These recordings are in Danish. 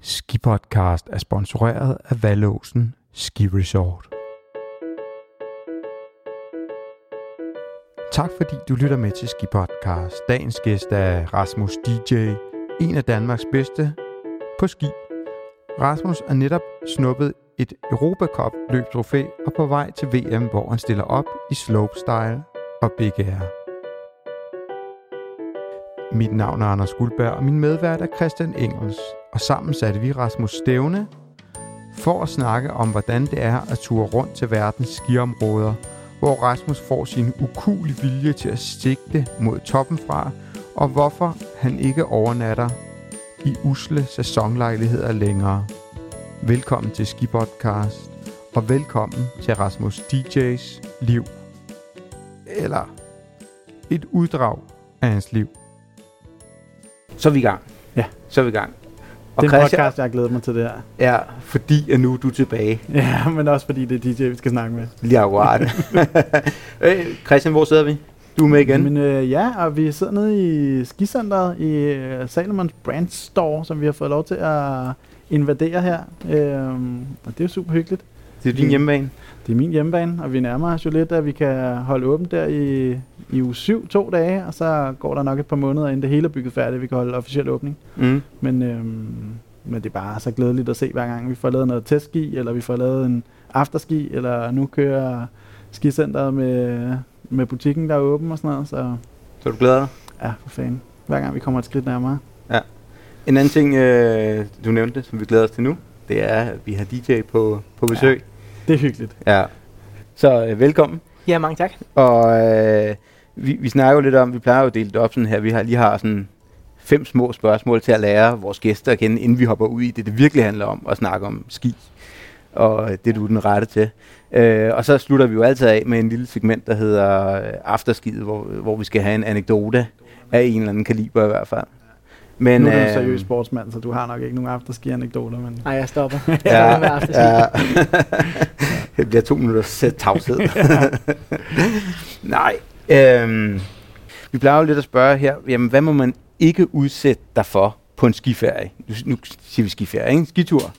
Skipodcast er sponsoreret af Vallåsen Ski Resort. Tak fordi du lytter med til Skipodcast. Dagens gæst er Rasmus DJ, en af Danmarks bedste på ski. Rasmus er netop snuppet et Europa Cup løbstrofæ og på vej til VM, hvor han stiller op i slopestyle og Big Air. Mit navn er Anders Guldberg, og min medvært er Christian Engels. Og sammen satte vi Rasmus stævne for at snakke om, hvordan det er at ture rundt til verdens skiområder, hvor Rasmus får sin ukuelige vilje til at sigte mod toppen fra, og hvorfor han ikke overnatter i usle sæsonlejligheder længere. Velkommen til Skipodcast, og velkommen til Rasmus DJ's liv. Eller et uddrag af hans liv. Så er vi i gang. Ja. Så er vi i gang. Og det er en podcast, jeg har glædet mig til det her. Ja, fordi at nu er du tilbage. Ja, men også fordi det er DJ, vi skal snakke med. Lige akkurat. Christian, hvor sidder vi? Du er med igen. Men, ja, og vi sidder nede i skicenteret i Salomons Brand Store, som vi har fået lov til at invadere her. Og det er jo super hyggeligt. Det er din hjemmebane. Det er min hjemmebane, og vi nærmer os jo lidt, at vi kan holde åbent der i uge 7, 2 dage, og så går der nok et par måneder, inden det hele er bygget færdigt, vi kan holde officiel åbning. Mm. Men det er bare så glædeligt at se, hver gang vi får lavet noget testski, eller vi får lavet en afterski, eller nu kører skicenteret med butikken, der er åben og sådan noget. Så du glæder dig? Ja, for fanden. Hver gang vi kommer et skridt nærmere. Ja. En anden ting, du nævnte, som vi glæder os til nu, det er, at vi har DJ på besøg. Ja. Det er hyggeligt. Ja. Så velkommen. Ja, mange tak. Og vi snakker jo lidt om, vi plejer jo at dele det op sådan her. Vi har sådan 5 små spørgsmål til at lære vores gæster at kende, inden vi hopper ud i det virkelig handler om at snakke om ski. Og det er du den rette til. Og så slutter vi jo altid af med en lille segment, der hedder afterskiet, hvor vi skal have en anekdote af en eller anden kaliber i hvert fald. Men, nu er du en seriøs sportsmand, så du har nok ikke nogen afterski-anekdoter. Men nej, jeg stopper. Ja, med afterski. Ja. Det bliver 2 minutter tavshed. Nej. Vi plejer jo lidt at spørge her, jamen, hvad må man ikke udsætte dig for på en skiferie? Nu siger vi skiferie, ikke? Skitur.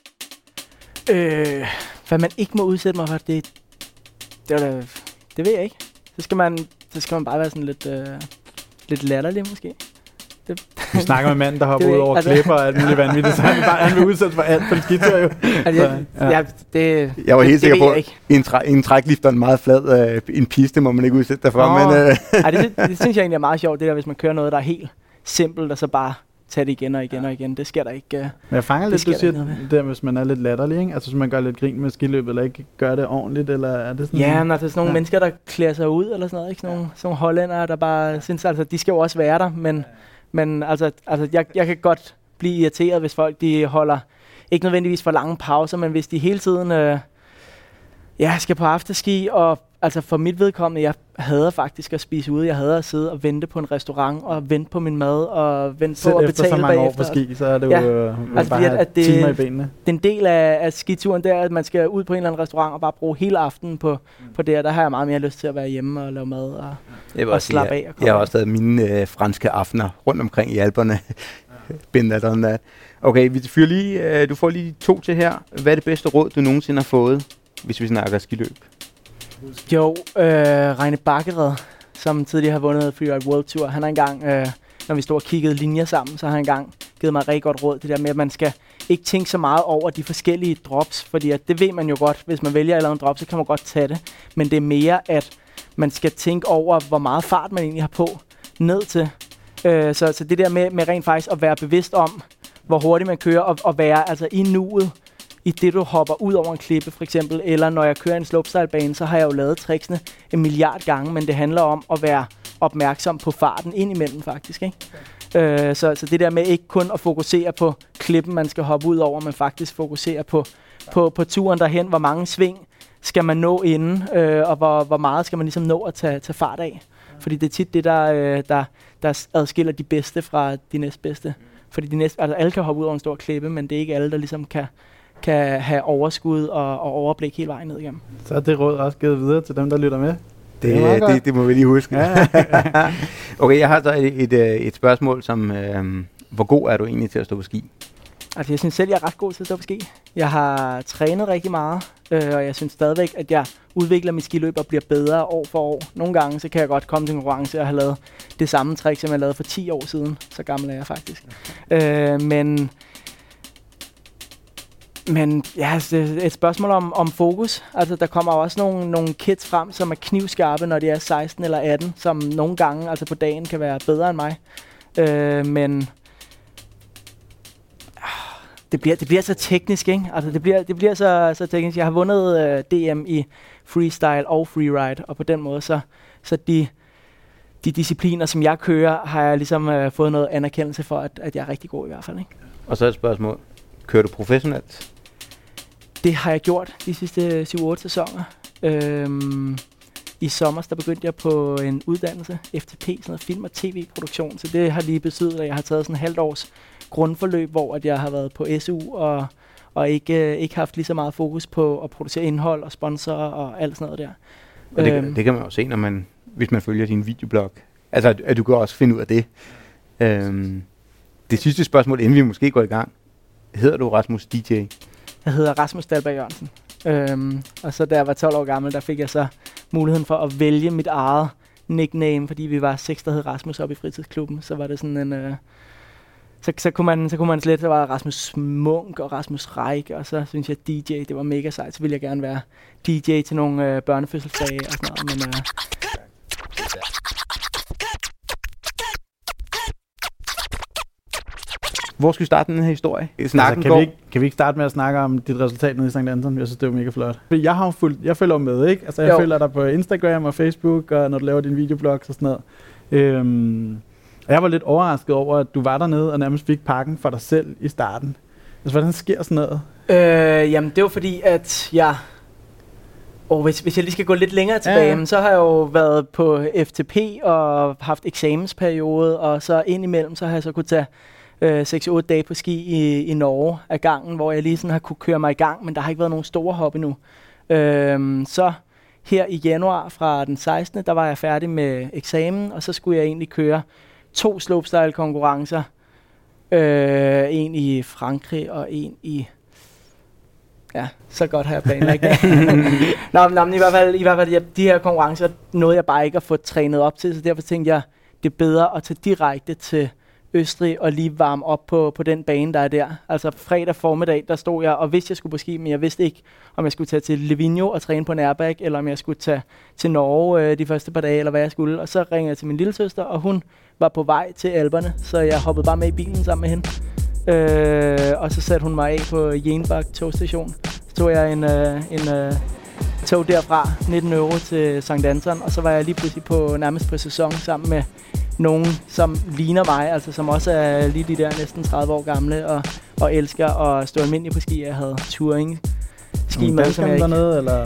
Hvad man ikke må udsætte mig for, det ved jeg ikke. Så skal man bare være sådan lidt latterlig måske. Vi snakker med manden, der hopper ud over klipper og alt muligt vanvittigt, så han vil udsætte for alt på en skitur jo. Jeg var helt sikker på, at en træklifter er en meget flad en piste, må man ikke udsætte dig for. Det synes jeg egentlig er meget sjovt, det der, hvis man kører noget, der er helt simpelt, og så bare tage det igen og igen og igen. Det sker der ikke. Men jeg fanger lidt, du siger det, hvis man er lidt latterlig, ikke? Altså, hvis man gør lidt grin med skiløbet, eller ikke gør det ordentligt, eller er det sådan? Ja, når der er sådan nogle mennesker, der klæder sig ud, eller sådan noget, ikke? Sådan nogle hollændere, der bare synes, altså, de skal jo også være der, men altså jeg kan godt blive irriteret, hvis folk de holder ikke nødvendigvis for lange pauser, men hvis de hele tiden skal på afterski, og altså for mit vedkommende, jeg hader faktisk at spise ude. Jeg hader at sidde og vente på en restaurant, og vente på min mad, og vente på at betale bagefter. Så mange år på ski, så er det jo altså bare at timer i benene. Det er en del af skituren, der, at man skal ud på en eller anden restaurant og bare bruge hele aftenen på det. Der har jeg meget mere lyst til at være hjemme og lave mad og slappe af. Jeg har også taget mine franske aftener rundt omkring i Alperne. Okay, vi fyrer lige, du får lige 2 til her. Hvad er det bedste råd, du nogensinde har fået, hvis vi snakker skiløb? Jo, Reine Bakkered, som tidligere har vundet Freeride World Tour, han har engang, når vi stod og kiggede linjer sammen, så har han engang givet mig et rigtig godt råd, det der med, at man skal ikke tænke så meget over de forskellige drops, fordi at det ved man jo godt, hvis man vælger at lave en drop, så kan man godt tage det, men det er mere, at man skal tænke over, hvor meget fart man egentlig har på ned til. Så det der med rent faktisk at være bevidst om, hvor hurtigt man kører, og være altså i nuet, i det du hopper ud over en klippe for eksempel, eller når jeg kører en slopestylebane, så har jeg jo lavet tricksene 1 milliard gange, men det handler om at være opmærksom på farten indimellem faktisk, ikke? Så det der med ikke kun at fokusere på klippen, man skal hoppe ud over, men faktisk fokusere på turen derhen, hvor mange sving skal man nå inden, og hvor meget skal man ligesom nå at tage fart af. Fordi det er tit det, der adskiller de bedste fra de næstbedste. Fordi altså alle kan hoppe ud over en stor klippe, men det er ikke alle, der ligesom kan have overskud og overblik hele vejen ned igennem. Så er det råd også givet videre til dem, der lytter med. Det må vi lige huske. Ja. Okay, jeg har så et spørgsmål, som hvor god er du egentlig til at stå på ski? Altså, jeg synes selv, jeg er ret god til at stå på ski. Jeg har trænet rigtig meget, og jeg synes stadigvæk, at jeg udvikler mit skiløb og bliver bedre år for år. Nogle gange, så kan jeg godt komme til en konkurrence og have lavet det samme trick, som jeg lavede for 10 år siden. Så gammel er jeg faktisk. Men ja, det er et spørgsmål om fokus. Altså, der kommer også nogle kids frem, som er knivskarpe, når de er 16 eller 18, som nogle gange altså på dagen kan være bedre end mig. Men det bliver så teknisk, ikke? Altså, det bliver så teknisk. Jeg har vundet DM i freestyle og freeride, og på den måde så de discipliner, som jeg kører, har jeg ligesom fået noget anerkendelse for, at jeg er rigtig god i hvert fald, ikke? Og så et spørgsmål. Kører du professionelt? Det har jeg gjort de sidste 7-8 sæsoner. I sommer der begyndte jeg på en uddannelse, FTP, sådan noget film- og tv-produktion, så det har lige betydet, at jeg har taget sådan en halvt års grundforløb, hvor at jeg har været på SU og ikke haft lige så meget fokus på at producere indhold og sponsorer og alt sådan noget der. Og det kan man jo se, hvis man følger din videoblog. Altså, at du kan også finde ud af det. Det sidste spørgsmål, inden vi måske går i gang. Hedder du Rasmus DJ? Jeg hedder Rasmus Dahlberg Jørgensen. Og så da jeg var 12 år gammel, der fik jeg så muligheden for at vælge mit eget nickname, fordi vi var 6, der hed Rasmus op i fritidsklubben. Så var det sådan en... Så kunne man slet, så var der Rasmus Munk og Rasmus Reik, og så synes jeg, at DJ, det var mega sejt. Så ville jeg gerne være DJ til nogle børnefødselsdage og sådan noget. Men, Hvor skal vi starte den her historie? Kan vi ikke starte med at snakke om dit resultat nede i St. Anton? Jeg synes, det var mega flot. Jeg har jeg følger med, ikke? Altså, jeg følger dig på Instagram og Facebook, og når du laver din videoblogs og sådan noget. Og jeg var lidt overrasket over, at du var dernede og nærmest fik pakken for dig selv i starten. Altså, hvordan sker sådan noget? Jamen, det var fordi, at jeg... hvis jeg lige skal gå lidt længere tilbage, så har jeg jo været på FTP og haft eksamensperiode, og så indimellem, så har jeg så kunne tage 6-8 dage på ski i Norge af gangen, hvor jeg lige sådan har kunne køre mig i gang, men der har ikke været nogen store hop endnu. Så her i januar fra den 16. der var jeg færdig med eksamen, og så skulle jeg egentlig køre 2 slopestyle-konkurrencer. En i Frankrig og en i... Ja, så godt har jeg planlagt det. Men i hvert fald de her konkurrencer nåede jeg bare ikke at få trænet op til, så derfor tænkte jeg, det er bedre at tage direkte til Østrig og lige varme op på den bane, der er der. Altså fredag formiddag, der stod jeg og vidste, jeg skulle på ski, men jeg vidste ikke, om jeg skulle tage til Livigno og træne på en airbag, eller om jeg skulle tage til Norge de første par dage, eller hvad jeg skulle. Og så ringede jeg til min lillesøster, og hun var på vej til Alperne, så jeg hoppede bare med i bilen sammen med hende. Og så satte hun mig af på Jenbach togstation. Så tog jeg en tog derfra, 19 euro til St. Anton, og så var jeg lige pludselig nærmest på sæson sammen med nogen, som ligner mig, altså som også er lige de der næsten 30 år gamle og elsker at stå almindelig på ski. Jeg havde touring ski med, som jeg ikke... dernede, eller?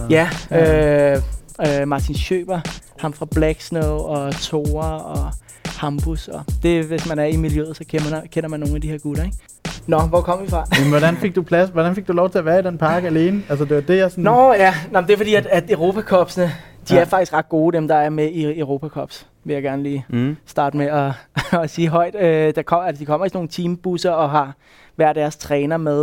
Ja, Martin Schøber, ham fra Black Snow og Thora og Hambus, og det, hvis man er i miljøet, så kender man nogle af de her gutter, ikke? Nå, hvor kom vi fra? Men hvordan fik du plads? Hvordan fik du lov til at være i den park alene? Altså, det var det, jeg sådan... Nå, ja. Det er fordi, at Europacupsene, de er faktisk ret gode, dem der er med i Europacups, vil jeg gerne lige starte med at sige højt. De kommer i sådan nogle teambusser og har hver deres træner med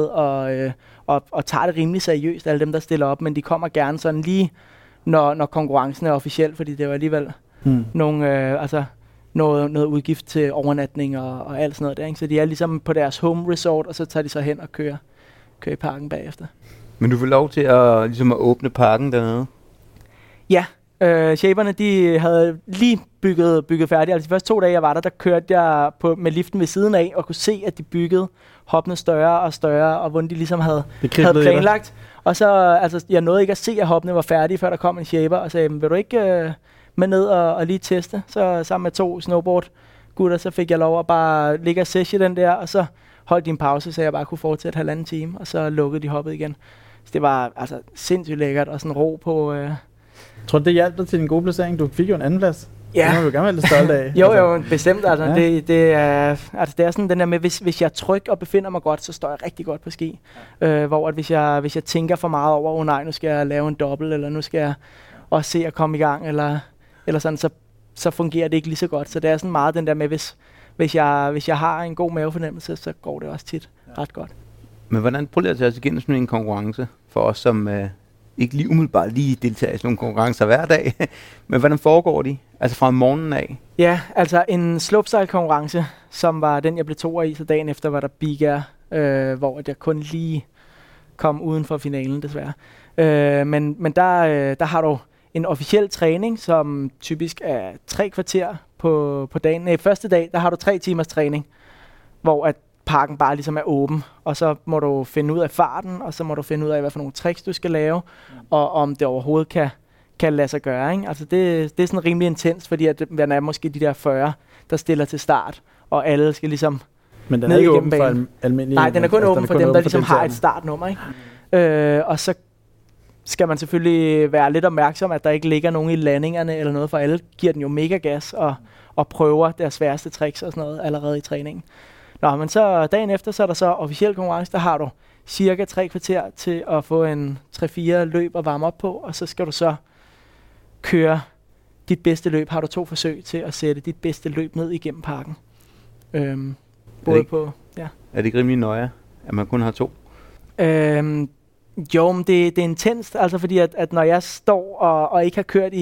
og tager det rimelig seriøst, alle dem, der stiller op, men de kommer gerne sådan lige, når konkurrencen er officiel, fordi det var alligevel nogle... noget udgift til overnatning og alt sådan noget der, ikke? Så de er ligesom på deres home resort, og så tager de så hen og kører i parken bagefter. Men du får lov til at åbne parken dernede? Ja, shaperne, de havde lige bygget færdigt. Altså de første 2 dage, jeg var der kørte jeg med liften ved siden af, og kunne se, at de byggede hoppene større og større, og hvordan de ligesom havde planlagt. Og så, altså, jeg nåede ikke at se, at hoppene var færdige, før der kom en shaper, og sagde, vil du ikke... med ned og lige teste. Så sammen med 2 snowboard-gutter, så fik jeg lov at bare ligge og session den der, og så holdt de en pause, så jeg bare kunne fortsætte 1,5 time, og så lukkede de hoppet igen. Så det var altså sindssygt lækkert, og sådan ro på... Tror du, det hjalp dig til din gode placering? Du fik jo en anden plads. Ja. Det må du gerne være lidt stolt af. jo, bestemt. Altså. Ja. Det er sådan den der med, hvis jeg er tryg og befinder mig godt, så står jeg rigtig godt på ski. Hvor at hvis jeg tænker for meget over, nej, nu skal jeg lave en dobbelt, eller nu skal jeg også se at komme i gang, eller sådan, så fungerer det ikke lige så godt. Så det er sådan meget den der med, hvis jeg har en god mavefornemmelse, så går det også tit ret godt. Men hvordan prøver at tage os igennem sådan en konkurrence for os, som ikke lige umiddelbart lige deltager i sådan nogle konkurrencer hver dag? Men hvordan foregår de? Altså fra morgenen af? Ja, altså en slopestyle-konkurrence, som var den, jeg blev toer i, så dagen efter var der Big Air, hvor jeg kun lige kom uden for finalen, desværre. Men der har du en officiel træning, som typisk er 3 kvarter på dagen. Nej, første dag, der har du 3 timers træning, hvor at parken bare ligesom er åben, og så må du finde ud af farten, og så må du finde ud af, hvad for nogle tricks du skal lave, og om det overhovedet kan lade sig gøre. Ikke? Altså det er sådan rimelig intens, fordi at man er måske de der 40, der stiller til start, og alle skal ligesom men den er ikke åben for almindelige... Nej, den er kun åben for dem, der ligesom har et startnummer. Ikke? Og så skal man selvfølgelig være lidt opmærksom, at der ikke ligger nogen i landingerne eller noget, for alle giver den jo mega gas og prøver deres sværeste tricks og sådan noget allerede i træningen. Nå, men så dagen efter, så er der så officiel konkurrence, der har du cirka 3 kvarter til at få en 3-4 løb at varme op på, og så skal du så køre dit bedste løb. Har du 2 forsøg til at sætte dit bedste løb ned igennem parken. Både på, ja. Er det ikke rimelig nøje, at man kun har 2? Jo, men det er intenst, altså fordi at når jeg står og ikke har kørt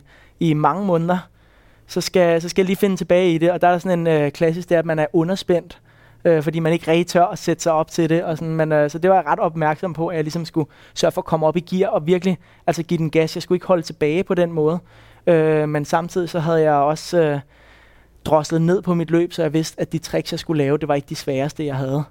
i mange måneder, så skal jeg lige finde tilbage i det, og der er sådan en klassisk, det er, at man er underspændt, fordi man ikke rigtig tør at sætte sig op til det, og sådan, så det var jeg ret opmærksom på, at jeg ligesom skulle sørge for at komme op i gear, og virkelig altså give den gas. Jeg skulle ikke holde tilbage på den måde, men samtidig så havde jeg også droslet ned på mit løb, så jeg vidste, at de tricks, jeg skulle lave, det var ikke de sværeste, jeg havde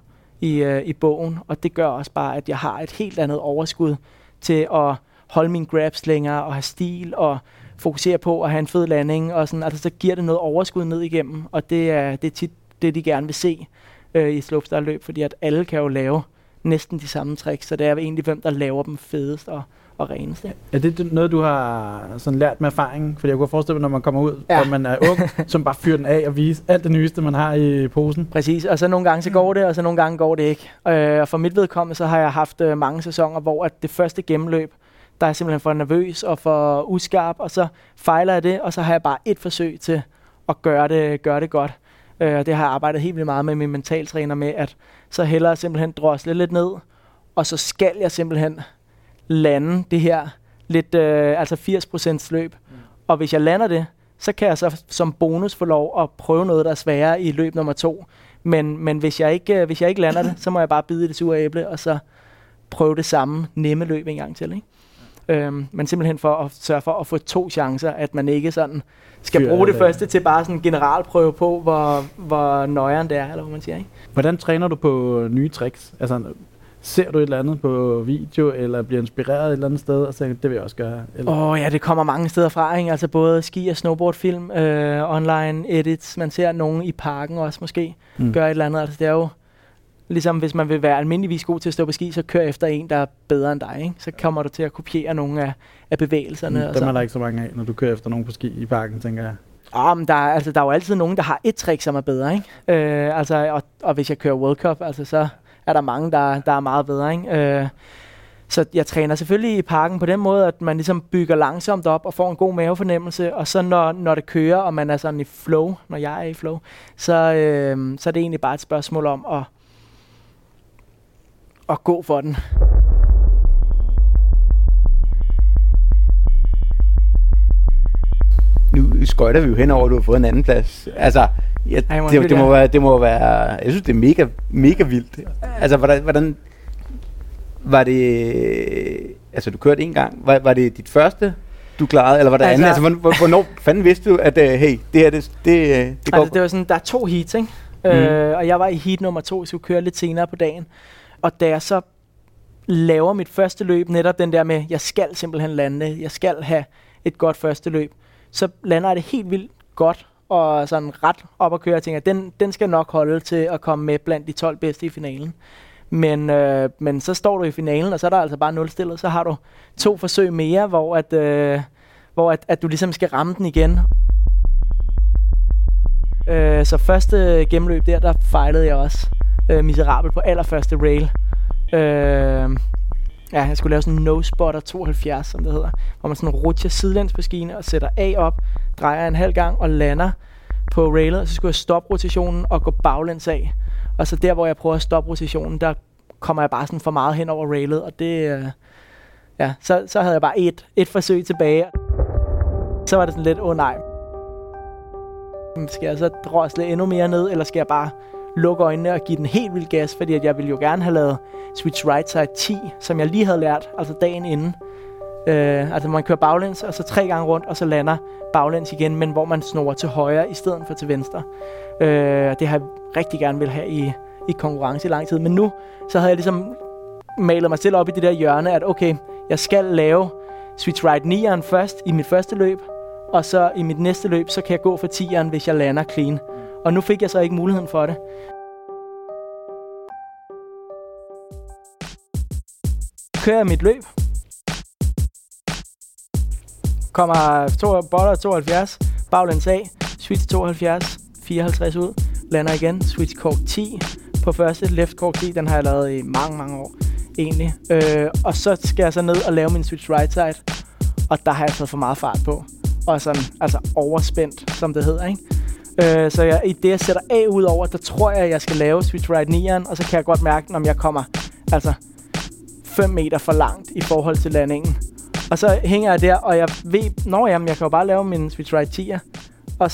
i bogen, og det gør også bare, at jeg har et helt andet overskud til at holde mine grabs længere, og have stil, og fokusere på at have en fed landing, og sådan, altså så giver det noget overskud ned igennem, og det er tit det, de gerne vil se i slopestyle-løb, fordi at alle kan jo lave næsten de samme tricks, så det er egentlig, hvem der laver dem fedest og renest. Er det noget, du har sådan lært med erfaring? Fordi jeg kunne forestille mig, når man kommer ud, og man er ung, som bare fyrer den af og viser alt det nyeste, man har i posen. Præcis, og så nogle gange så går det, og så nogle gange går det ikke. Og for mit vedkommende, så har jeg haft mange sæsoner, hvor at det første gennemløb, der er jeg simpelthen for nervøs og for uskarp, og så fejler jeg det, og så har jeg bare et forsøg til at gøre det godt. Det har jeg arbejdet helt vildt meget med min mentaltræner med, at så hellere simpelthen drosle lidt ned, og så skal jeg simpelthen lande det her lidt, altså 80% løb. Og hvis jeg lander det, så kan jeg så som bonus få lov at prøve noget, der er sværere i løb nummer 2. Men hvis jeg ikke lander det, så må jeg bare bide i det sure æble, og så prøve det samme nemme løb en gang til, ikke? Men simpelthen for at sørge for at få 2 chancer, at man ikke sådan skal bruge det første til bare sådan generalprøve på, hvor nøjeren det er, eller hvad man siger, ikke? Hvordan træner du på nye tricks? Altså, ser du et eller andet på video, eller bliver inspireret et eller andet sted, og så det vil jeg også gøre? Ja, det kommer mange steder fra, ikke? Altså både ski- og snowboardfilm, online edits, man ser nogen i parken også måske gøre et eller andet, altså det er jo ligesom hvis man vil være almindeligvis god til at stå på ski, så kør efter en, der er bedre end dig, ikke? Så kommer du til at kopiere nogle af bevægelserne. Dem er der ikke så mange af, når du kører efter nogen på ski i parken, tænker jeg. Men der er jo altid nogen, der har et trick, som er bedre, ikke? Og hvis jeg kører World Cup, altså, så er der mange, der er meget bedre, ikke? Så jeg træner selvfølgelig i parken på den måde, at man ligesom bygger langsomt op og får en god mavefornemmelse, og så når det kører, og man er sådan i flow, når jeg er i flow, så er det egentlig bare et spørgsmål om at gå for den. Nu skøjter vi jo henover, at du har fået en anden plads. Altså, det må være, jeg synes, det er mega vildt. Altså, hvordan var det, altså du kørte en gang, var det dit første, du klarede, eller var det andet? Altså, hvornår fanden vidste du, at hey, det her, det går? Altså, det var sådan, der er 2 heats, ikke? Og jeg var i heat nummer 2, så jeg skulle køre lidt senere på dagen. Og da jeg så laver mit første løb, netop den der med, jeg skal simpelthen lande, jeg skal have et godt første løb, så lander jeg det helt vildt godt, og sådan ret op at køre. Jeg tænker, den skal nok holde til at komme med blandt de 12 bedste i finalen. Men så står du i finalen, og så er der altså bare nulstillet. Så har du 2 forsøg mere, hvor du ligesom skal ramme den igen. Så første gennemløb der fejlede jeg også miserabelt på allerførste rail. Jeg skulle lave sådan en no-spotter 72, som det hedder, hvor man sådan rutscher sidelæns på skiene og sætter af op, drejer en halv gang og lander på railet, og så skulle jeg stoppe rotationen og gå baglæns af. Og så der, hvor jeg prøver at stoppe rotationen, der kommer jeg bare sådan for meget hen over railet, og det, så havde jeg bare et forsøg tilbage. Så var det sådan lidt, nej, skal jeg så drosle endnu mere ned, eller skal jeg bare lukke øjnene og give den helt vildt gas, fordi at jeg ville jo gerne have lavet switch right side 10, som jeg lige havde lært, altså dagen inden. Altså man kører baglæns, og så 3 gange rundt, og så lander baglæns igen, men hvor man snor til højre i stedet for til venstre. Det har jeg rigtig gerne vil have i konkurrence i lang tid, men nu så havde jeg ligesom malet mig selv op i det der hjørne, at okay, jeg skal lave switch right 9'eren først i mit første løb, og så i mit næste løb, så kan jeg gå for 10'eren, hvis jeg lander clean. Og nu fik jeg så ikke muligheden for det. Kører jeg mit løb. Kommer botter 72, baglæns af, switch 72, 54 ud, lander igen, switch cork 10 på første, left cork 10, den har jeg lavet i mange år, egentlig. Og så skal jeg så ned og lave min switch right side, og der har jeg fået for meget fart på. Og sådan, altså overspændt, som det hedder, ikke? Så i det, jeg sætter af ud over, der tror jeg skal lave switch right 9'eren, og så kan jeg godt mærke, når jeg kommer, altså 5 meter for langt i forhold til landingen. Og så hænger jeg der, og jeg ved, jeg kan jo bare lave min switch right 10'er, og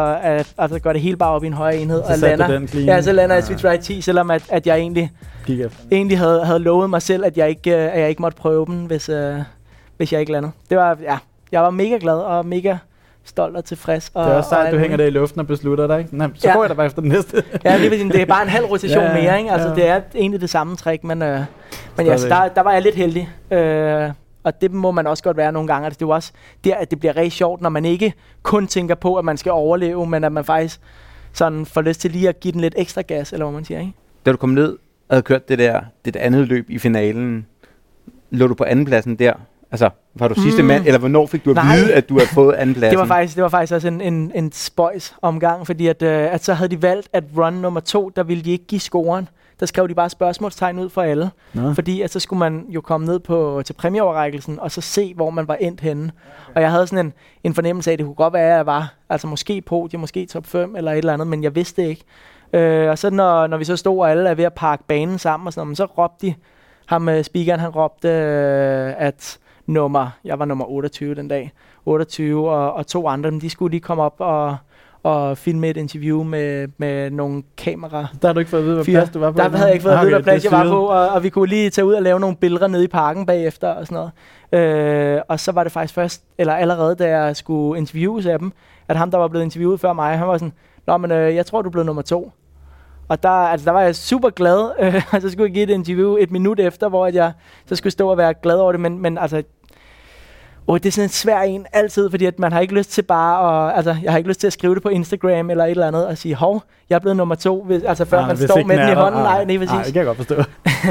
så går det hele bare op i en højere enhed, og så lander jeg switch right 10, selvom at jeg egentlig havde lovet mig selv, at jeg ikke måtte prøve den, hvis jeg ikke landede. Det var, jeg var mega glad og mega stolt og tilfreds. Det er også sejt, at du hænger der i luften og beslutter dig, ikke? Så går jeg der bare efter den næste. Ja, det er bare en halv rotation mere, ikke? Altså, det er egentlig det samme trick, men ja, der var jeg lidt heldig. Og det må man også godt være nogle gange. Det er jo også der, at det bliver rigtig sjovt, når man ikke kun tænker på, at man skal overleve, men at man faktisk sådan får lyst til lige at give den lidt ekstra gas, eller hvad man siger, ikke? Da du kom ned og havde kørt det andet løb i finalen, lå du på andenpladsen der? Altså, var du sidste mand, eller hvornår fik du at vide, at du havde fået andenpladsen? Det var faktisk også en spøjs omgang, fordi at så havde de valgt, at run nummer 2, der ville de ikke give scoren. Der skrev de bare spørgsmålstegn ud for alle. Nå. Fordi at så skulle man jo komme ned til præmieoverrækkelsen, og så se, hvor man var endt henne. Okay. Og jeg havde sådan en fornemmelse af, at det kunne godt være, at jeg var altså måske podium, måske top 5 eller et eller andet, men jeg vidste det ikke. Og så når vi så stod, og alle er ved at parke banen sammen, og sådan noget, så råbte de, speakeren, han råbte, at jeg var nummer 28 den dag, 28 og 2 andre, de skulle lige komme op og filme et interview med nogle kameraer. Der har du ikke fået at vide, hvad plads du var på? Der havde jeg ikke fået at vide, hvad plads jeg var på, og vi kunne lige tage ud og lave nogle billeder nede i parken bagefter og sådan noget. Og så var det faktisk allerede da jeg skulle interviews af dem, at ham, der var blevet interviewet før mig, han var sådan, jeg tror, du blev nummer 2. Og der var jeg super glad, og så skulle jeg give et interview 1 minut efter, hvor jeg så skulle stå og være glad over det, men altså, det er sådan en svær en altid, fordi at man har ikke lyst til jeg har ikke lyst til at skrive det på Instagram eller et eller andet og sige, jeg er blevet nummer 2, før man står med den i hånden. Nej, præcis. Nej, det kan jeg godt forstå.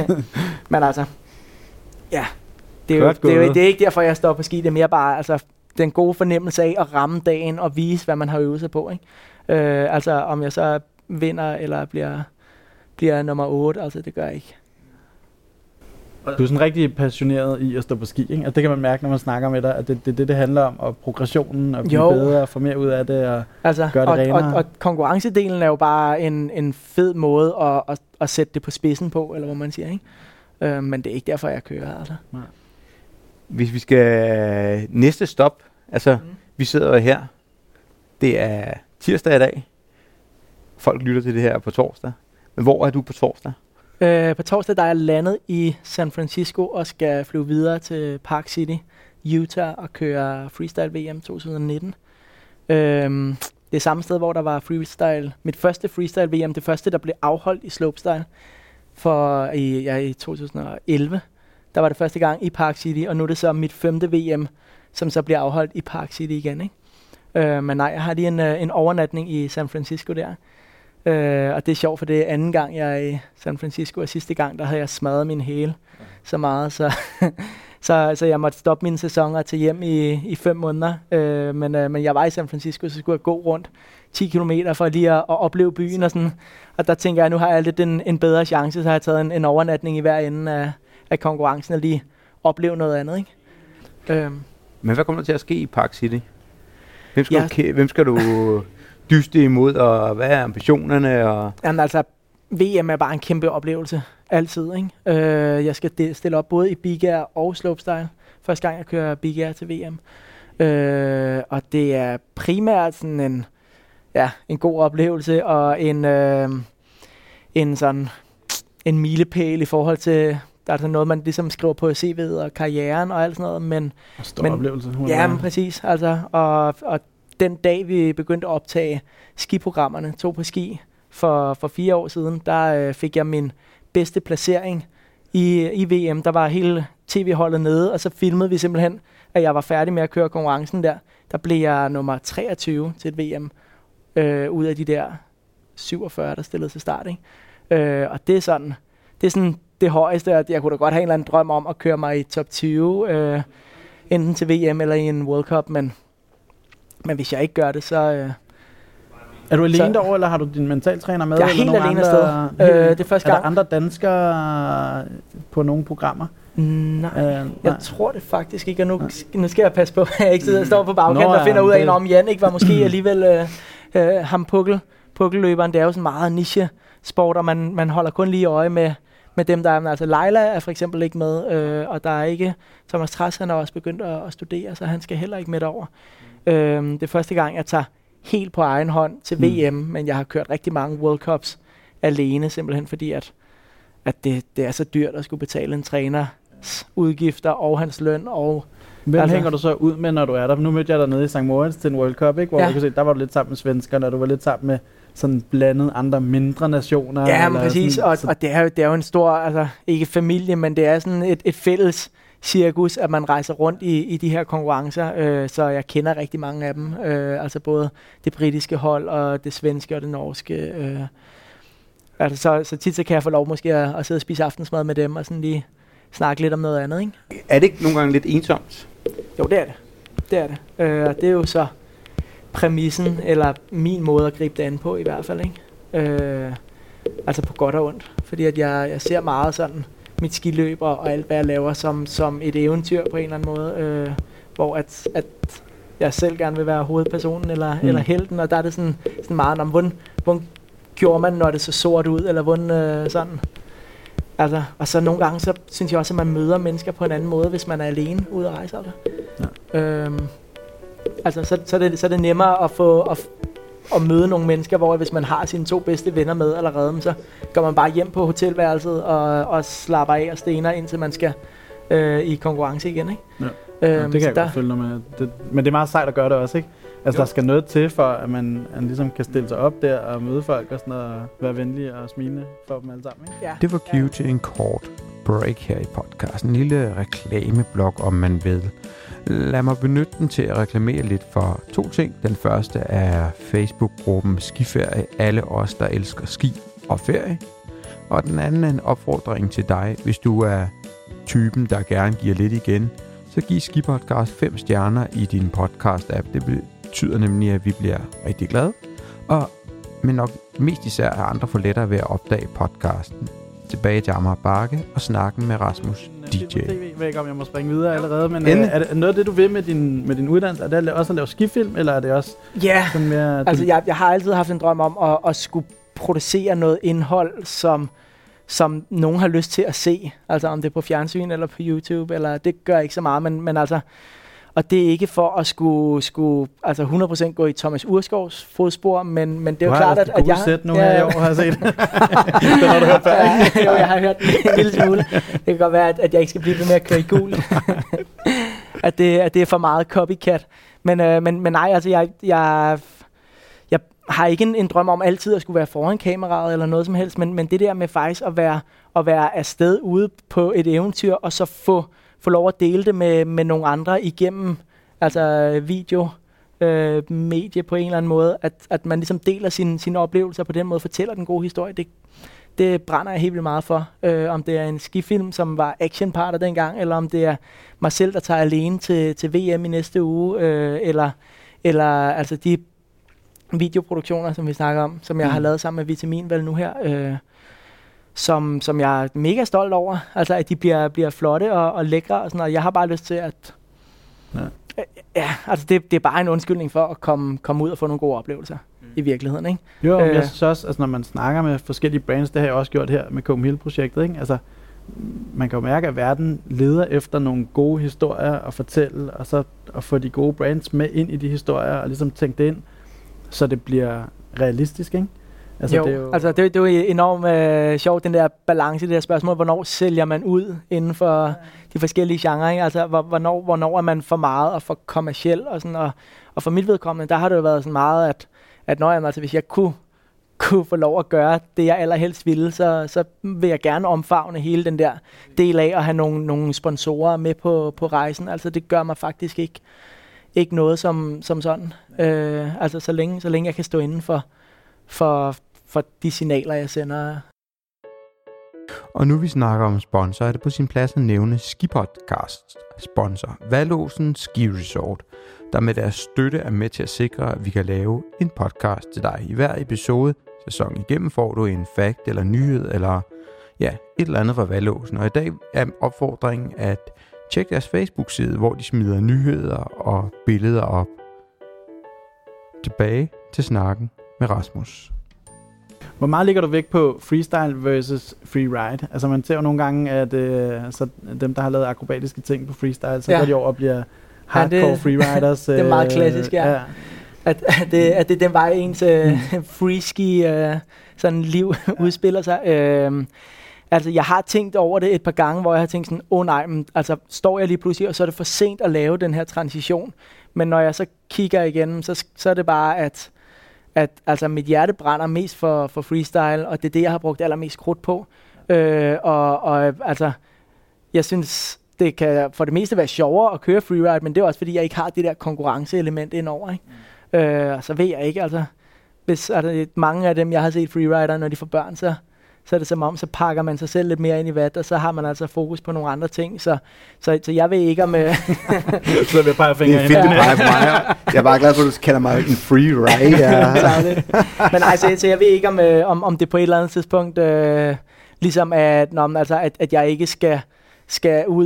Men altså, ja, det er ikke derfor, jeg står på ski, det er mere bare den gode fornemmelse af at ramme dagen og vise, hvad man har øvet sig på, ikke? Om jeg så vinder eller bliver nummer 8, det gør jeg ikke. Du er sådan rigtig passioneret i at stå på ski, ikke? Altså, det kan man mærke, når man snakker med dig, at det handler om, og progressionen, og blive bedre, og få mere ud af det, og gøre det renere. Og konkurrencedelen er jo bare en fed måde at sætte det på spidsen på, eller hvad man siger, ikke? Men det er ikke derfor, jeg kører, altså. Nej. Hvis vi skal næste stop, vi sidder her, det er tirsdag i dag, folk lytter til det her på torsdag, men hvor er du på torsdag? På torsdag der er jeg landet i San Francisco og skal flyve videre til Park City, Utah og køre Freestyle VM 2019. Det er samme sted, hvor der var freestyle. Mit første Freestyle VM, det første, der blev afholdt i slopestyle i 2011. Der var det første gang i Park City, og nu er det så mit 5. VM, som så bliver afholdt i Park City igen, ikke? Men nej, jeg har lige en overnatning i San Francisco der. Og det er sjovt, for det er anden gang, jeg er i San Francisco, og sidste gang, der havde jeg smadret min hæle så meget, så jeg måtte stoppe mine sæsoner til hjem i 5 måneder. Men jeg var i San Francisco, så skulle jeg gå rundt 10 kilometer for lige at opleve byen og sådan. Og der tænker jeg, nu har jeg lidt en bedre chance, så har jeg taget en overnatning i hver ende af konkurrencen og lige opleve noget andet, ikke? Men hvad kommer der til at ske i Park City? Hvem skal du dyste imod, og hvad er ambitionerne? Jamen VM er bare en kæmpe oplevelse. altid, ikke? Jeg skal stille op både i Big Air og Slopestyle. Første gang jeg kører Big Air til VM. Og det er primært sådan en god oplevelse og en milepæl i forhold til, der er sådan noget, man ligesom skriver på CV'et og karrieren og alt sådan noget. Men oplevelse. Ja, men præcis. Altså, og den dag, vi begyndte at optage skiprogrammerne, 2 på ski, for 4 år siden, der fik jeg min bedste placering i VM. Der var hele tv-holdet nede, og så filmede vi simpelthen, at jeg var færdig med at køre konkurrencen der. Der blev jeg nummer 23 til et VM, ud af de der 47, der stillede til start, ikke? Og det er sådan det højeste, at jeg kunne da godt have en eller anden drøm om at køre mig i top 20, enten til VM eller i en World Cup, men hvis jeg ikke gør det, så... Er du alene derovre, eller har du din mentaltræner med? Jeg er helt alene afsted. Det er første gang. Er der andre danskere på nogle programmer? Nej, jeg tror det faktisk ikke, og nu skal jeg passe på, at jeg ikke sidder og står på bagkanten og finder ud af, om Jan ikke var måske alligevel ham pukkelløberen. Det er jo sådan meget niche sport, og man holder kun lige øje med dem, der er. Altså Leila er for eksempel ikke med, og der er ikke... Thomas Trass, han er også begyndt at studere, så han skal heller ikke med over. Det er første gang, jeg tager helt på egen hånd til VM, men jeg har kørt rigtig mange World Cups alene, simpelthen fordi, at det er så dyrt at skulle betale en træners udgifter og hans løn. Og hvem hænger du så ud med, når du er der? Nu mødte jeg dig nede i St. Moritz til en World Cup, ikke? Hvor du kunne se, der var du lidt sammen med svenskerne, og du var lidt sammen med sådan blandet andre mindre nationer. Ja, men præcis, og det er jo en stor, altså ikke familie, men det er sådan et fælles cirkus, at man rejser rundt i de her konkurrencer, så jeg kender rigtig mange af dem, altså både det britiske hold og det svenske og det norske. Altså så tit så kan jeg få lov måske at sidde og spise aftensmad med dem og sådan lige snakke lidt om noget andet, ikke? Er det ikke nogle gange lidt ensomt? Jo, det er det. Det er det. Og det er jo så præmissen, eller min måde at gribe det an på i hvert fald, ikke? Altså på godt og ondt. Fordi at jeg ser meget sådan mit skiløb og alt, hvad jeg laver som et eventyr på en eller anden måde. Hvor at jeg selv gerne vil være hovedpersonen eller helten, og der er det sådan meget om, hvordan gjorde man, når det så sort ud, eller hvordan sådan. Altså, og så nogle gange, så synes jeg også, at man møder mennesker på en anden måde, hvis man er alene ude at rejse. Altså, så er det nemmere at møde nogle mennesker, hvor hvis man har sine 2 bedste venner med allerede, så går man bare hjem på hotelværelset og slapper af og stener, indtil man skal i konkurrence igen, ikke? Ja. Det kan jeg godt følge noget med. Men det er meget sejt at gøre det også, ikke? Altså, der skal noget til, for at man ligesom kan stille sig op der og møde folk og sådan noget, og være venlig og smilende for dem alle sammen, ikke? Ja. Det var Q til en kort break her i podcasten. En lille reklameblok, om man vil. Lad mig benytte den til at reklamere lidt for 2 ting. Den første er Facebook-gruppen Skiferie. Alle os, der elsker ski og ferie. Og den anden er en opfordring til dig, hvis du er typen, der gerne giver lidt igen. Så giv Skipodcast 5 stjerner i din podcast-app. Det betyder nemlig, at vi bliver rigtig glade. Men nok mest især er andre for lettere ved at opdage podcasten. Tilbage til Amager Bakke og snakken med Rasmus DJ. Jeg ved ikke, om jeg må springe videre allerede, men er det noget af det, du vil med din uddannelse? Er det også at lave skifilm, eller er det også sådan mere... Altså jeg har altid haft en drøm om at skulle producere noget indhold, som nogen har lyst til at se. Altså om det er på fjernsyn eller på YouTube, eller det gør ikke så meget, men altså... Og det er ikke for at skulle altså 100% gå i Thomas Urskovs fodspor, men det er jo klart, at jeg... sæt nu her i år, har jeg set. Den har du hørt før, ikke? Jo, jeg har hørt en lille smule. Det kan godt være, at jeg ikke skal blive ved med at køre i gul. at det er for meget copycat. Men nej, altså jeg har ikke en drøm om altid at skulle være foran kameraet eller noget som helst, men det der med faktisk at være afsted ude på et eventyr, og så få lov at dele det med nogle andre igennem altså video, medie på en eller anden måde, at man ligesom deler sine oplevelser på den måde, fortæller den gode historie. Det brænder jeg helt vildt meget for. Om det er en skifilm, som var actionparter dengang, eller om det er mig selv, der tager alene til VM i næste uge, eller altså de videoproduktioner, som vi snakker om, som jeg har lavet sammen med Vitaminval nu her, som jeg er mega stolt over. Altså, at de bliver flotte og lækre og sådan noget. Jeg har bare lyst til at... Ja, altså det er bare en undskyldning for at komme ud og få nogle gode oplevelser. i virkeligheden, ikke? Jo, men jeg synes også, altså når man snakker med forskellige brands, det har jeg også gjort her med Copenhagen-projektet, ikke? Altså, man kan jo mærke, at verden leder efter nogle gode historier at fortælle, og så at få de gode brands med ind i de historier, og ligesom tænke det ind, så det bliver realistisk, ikke? Altså, jo, det er jo enormt sjovt, den der balance i det her spørgsmål, hvornår sælger man ud inden for de forskellige genrer, ikke? Altså, hvornår er man for meget og for kommerciel, og sådan, og for mit vedkommende, der har det jo været sådan meget, at når jeg, altså, hvis jeg kunne få lov at gøre det, jeg allerhelst ville, så vil jeg gerne omfavne hele den der del af at have nogle sponsorer med på rejsen. Altså, det gør mig faktisk ikke noget som sådan. Altså, så længe jeg kan stå inden for de signaler, jeg sender. Og nu vi snakker om sponsor, er det på sin plads at nævne Skipodcast sponsor Vallåsen Ski Resort, der med deres støtte er med til at sikre, at vi kan lave en podcast til dig. I hver episode, sæson igennem, får du en fact eller nyhed, eller ja, et eller andet fra Vallåsen. Og i dag er opfordringen at tjekke deres Facebook-side, hvor de smider nyheder og billeder op. Tilbage til snakken med Rasmus. Hvor meget ligger du vægt på freestyle versus freeride? Altså man ser jo nogle gange, at så dem, der har lavet akrobatiske ting på freestyle, så går de over og bliver hardcore freeriders. Det er meget klassisk, ja. At det den vej ens freeski sådan liv udspiller sig. Altså jeg har tænkt over det et par gange, hvor jeg har tænkt sådan, nej, men altså står jeg lige pludselig, og så er det for sent at lave den her transition. Men når jeg så kigger igennem, så er det bare, at altså mit hjerte brænder mest for freestyle, og det er det, jeg har brugt allermest krudt på. Og altså, jeg synes, det kan for det meste være sjovere at køre freeride, men det er også fordi, jeg ikke har det der konkurrenceelement indover, ikke? Så ved jeg ikke, altså, hvis mange af dem, jeg har set freerider, når de får børn, så er det som om, så pakker man sig selv lidt mere ind i vat, og så har man altså fokus på nogle andre ting, så jeg ved ikke om... Så vil jeg pege fingre ind. Det er fedt, du peger på mig. Jeg er bare glad for, at du kalder mig en freerider. Men altså, så jeg ved ikke om det på et eller andet tidspunkt, ligesom at jeg ikke skal ud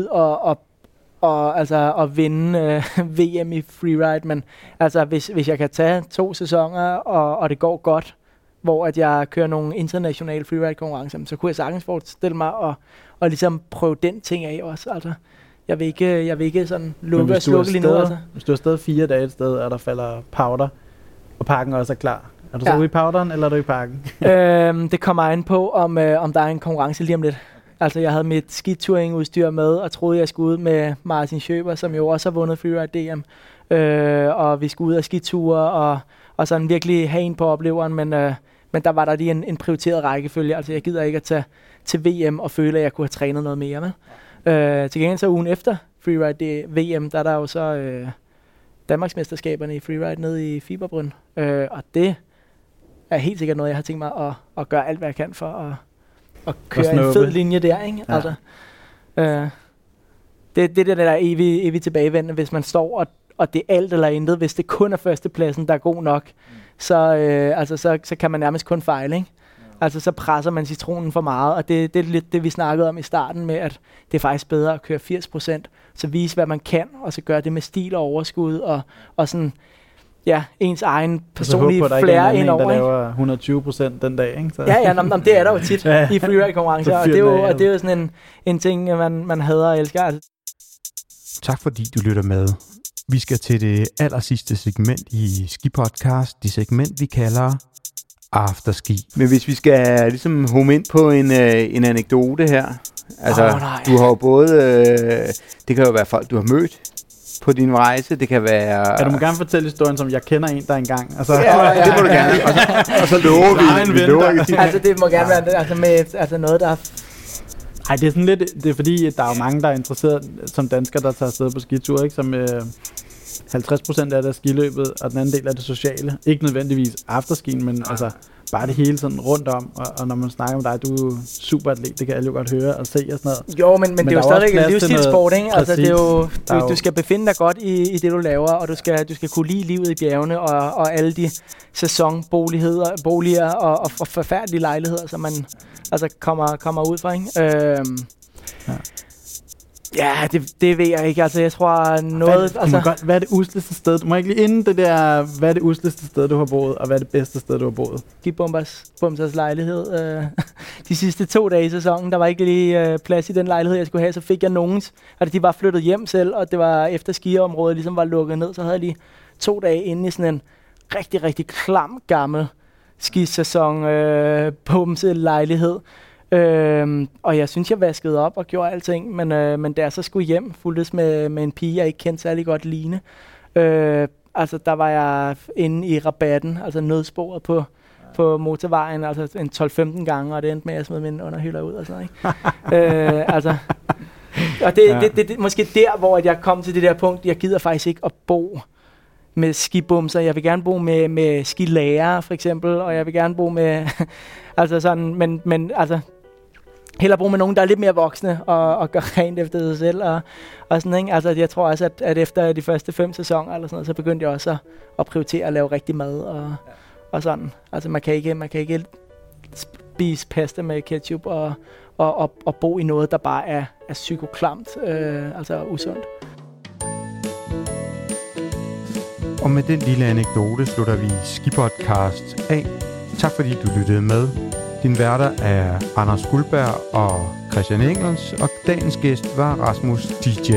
og vinde VM i freeride, men altså hvis jeg kan tage 2 sæsoner, og det går godt, hvor at jeg kører nogle internationale freeride-konkurrencer, så kunne jeg sagtens forestille mig og ligesom prøve den ting af også. Altså, jeg vil ikke sådan lukke og slukke lige nu. Altså. Hvis du er stadig 4 dage et sted, og der falder powder, og parken også er klar, er du så ude i powderen, eller er du i parken? Det kommer an på, om der er en konkurrence lige om lidt. Altså, jeg havde mit skitouring-udstyr med, og troede, jeg skulle ud med Martin Schøber, som jo også har vundet freeride DM. Og vi skulle ud af skiture, og sådan virkelig have en på opleveren, men der var der lige en prioriteret rækkefølge. Altså, jeg gider ikke at tage til VM og føle, at jeg kunne have trænet noget mere med. Til gengæld så ugen efter freeride VM, der er der jo så Danmarksmesterskaberne i freeride nede i Fiberbrunn. Og det er helt sikkert noget, jeg har tænkt mig at gøre alt, hvad jeg kan for at køre en fed linje der, ikke? Ja. Altså, det er det der evigt tilbagevendende, hvis man står og det er alt eller intet, hvis det kun er førstepladsen, der er god nok, så kan man nærmest kun fejle, ikke? Altså så presser man citronen for meget, og det er lidt det, vi snakkede om i starten med, at det er faktisk bedre at køre 80%, så vise, hvad man kan, og så gøre det med stil og overskud, og sådan, ja, ens egen personlige flair ind over. Der laver 120% den dag, ikke? Så. Ja, det er der jo tit i freeride-konkurrencer, og det er jo sådan en ting, man hader og elsker. Altså. Tak fordi du lytter med. Vi skal til det allersidste segment i Skipodcast, det segment, vi kalder Afterski. Men hvis vi skal ligesom home ind på en anekdote her, altså du har jo både, det kan jo være folk, du har mødt på din rejse, det kan være... Ja, du må gerne fortælle historien, som jeg kender en, der engang... Altså, ja, det må du gerne, og så lover vi lover ikke. Altså det må gerne være noget, der... Nej, det er sådan lidt... Det er fordi, at der er jo mange, der er interesseret som danskere, der tager afsted på skitur, ikke? Som 50% af det er skiløbet, og den anden del er det sociale. Ikke nødvendigvis afterskien, men altså bare det hele sådan rundt om. Og når man snakker med dig, du er superatlet, det kan alle jo godt høre og se og sådan noget. Jo, men det er jo stadig en livsstilssport, ikke? Altså, det er jo, du skal befinde dig godt i det, du laver, og du skal kunne lide livet i bjergene, og alle de sæsonboliger og forfærdelige lejligheder, som man altså kommer ud fra, ikke? Ja, det ved jeg ikke. Altså, jeg tror noget... Hvad er det usleste sted? Du må ikke lige inden det der... Hvad er det usleste sted, du har boet, og hvad er det bedste sted, du har boet? Skibumsers lejlighed. De sidste 2 dage i sæsonen, der var ikke lige plads i den lejlighed, jeg skulle have. Så fik jeg nogens... Altså, de var flyttet hjem selv, og det var efter skiområdet ligesom var lukket ned. Så havde jeg lige 2 dage inde i sådan en rigtig, rigtig klam, gammel skisæson Bumse lejlighed. Og jeg synes, jeg vaskede op og gjorde alting, men da jeg så skulle hjem, fuldtes med en pige, jeg ikke kendte særlig godt, Line. Altså, der var jeg inde i rabatten, altså nødsporet på motorvejen, altså en 12-15 gange, og det endte med, at jeg smed mine underhylder ud og sådan noget, ikke? Altså, og det måske der, hvor jeg kom til det der punkt, jeg gider faktisk ikke at bo med skibumser. Jeg vil gerne bo med skilærer, for eksempel, og jeg vil gerne bo med... altså sådan, men altså... Hellere bo med nogen, der er lidt mere voksne og gør rent efter sig selv og sådan, ikke? Altså, jeg tror også, at efter de første 5 sæsoner eller sådan noget, så begyndte jeg også at prioritere at lave rigtig mad og sådan. Altså, man kan ikke spise pasta med ketchup og bo i noget, der bare er psykoklamt, altså usundt. Og med den lille anekdote slutter vi Skipodcast af. Tak fordi du lyttede med. Din værter er Anders Guldberg og Christian Engels, og dagens gæst var Rasmus DJ.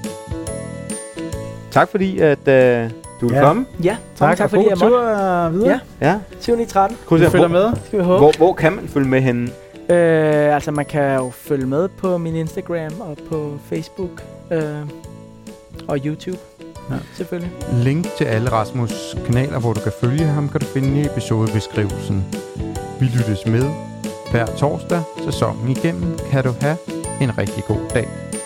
Tak fordi at du vil komme. Ja, tak fordi jeg måtte. Videre. Ja. 7.13. Du følger med. Skal vi håbe. Hvor kan man følge med henne? Altså man kan jo følge med på min Instagram og på Facebook og YouTube. Ja. Selvfølgelig. Link til alle Rasmus' kanaler, hvor du kan følge ham, kan du finde i episodebeskrivelsen. Vi lyttes med hver torsdag sæsonen igennem. Kan du have en rigtig god dag.